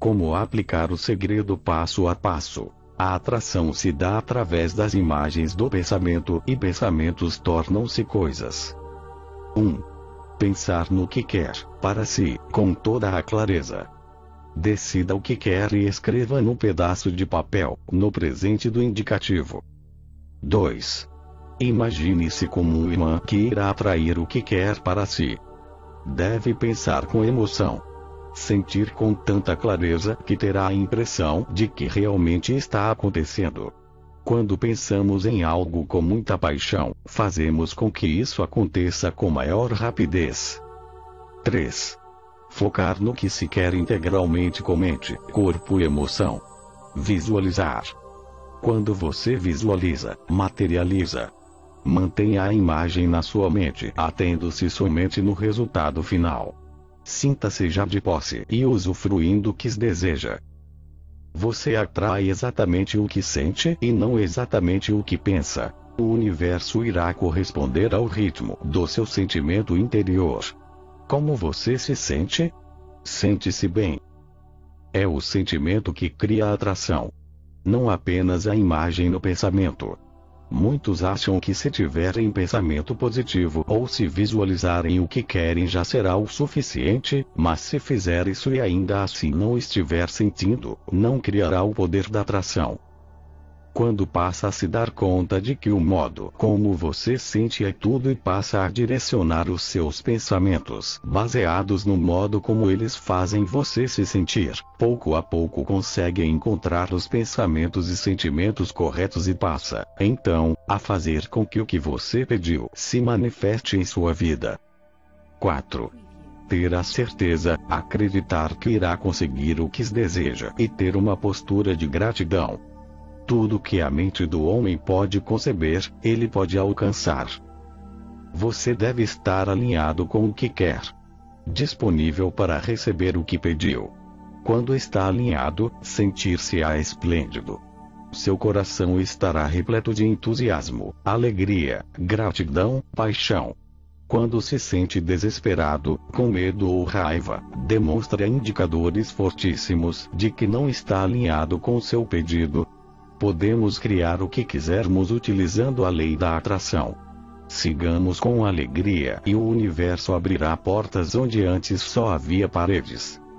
Como aplicar o segredo passo a passo? A atração se dá através das imagens do pensamento e pensamentos tornam-se coisas. 1. Pensar no que quer, para si, com toda a clareza. Decida o que quer e escreva no pedaço de papel, no presente do indicativo. 2. Imagine-se como um imã que irá atrair o que quer para si. Deve pensar com emoção. Sentir com tanta clareza que terá a impressão de que realmente está acontecendo. Quando pensamos em algo com muita paixão, fazemos com que isso aconteça com maior rapidez. 3. Focar no que se quer integralmente com mente, corpo e emoção. Visualizar. Quando você visualiza, materializa. Mantenha a imagem na sua mente, atendo-se somente no resultado final. Sinta-se já de posse e usufruindo o que deseja. Você atrai exatamente o que sente e não exatamente o que pensa. O universo irá corresponder ao ritmo do seu sentimento interior. Como você se sente? Sente-se bem. É o sentimento que cria a atração. Não apenas a imagem no pensamento. Muitos acham que se tiverem pensamento positivo ou se visualizarem o que querem já será o suficiente, mas se fizer isso e ainda assim não estiver sentindo, não criará o poder da atração. Quando passa a se dar conta de que o modo como você sente é tudo e passa a direcionar os seus pensamentos baseados no modo como eles fazem você se sentir, pouco a pouco consegue encontrar os pensamentos e sentimentos corretos e passa, então, a fazer com que o que você pediu se manifeste em sua vida. 4. Ter a certeza, acreditar que irá conseguir o que deseja e ter uma postura de gratidão. Tudo que a mente do homem pode conceber, ele pode alcançar. Você deve estar alinhado com o que quer. Disponível para receber o que pediu. Quando está alinhado, sentir-se-á esplêndido. Seu coração estará repleto de entusiasmo, alegria, gratidão, paixão. Quando se sente desesperado, com medo ou raiva, demonstra indicadores fortíssimos de que não está alinhado com seu pedido. Podemos criar o que quisermos utilizando a lei da atração. Sigamos com alegria e o universo abrirá portas onde antes só havia paredes.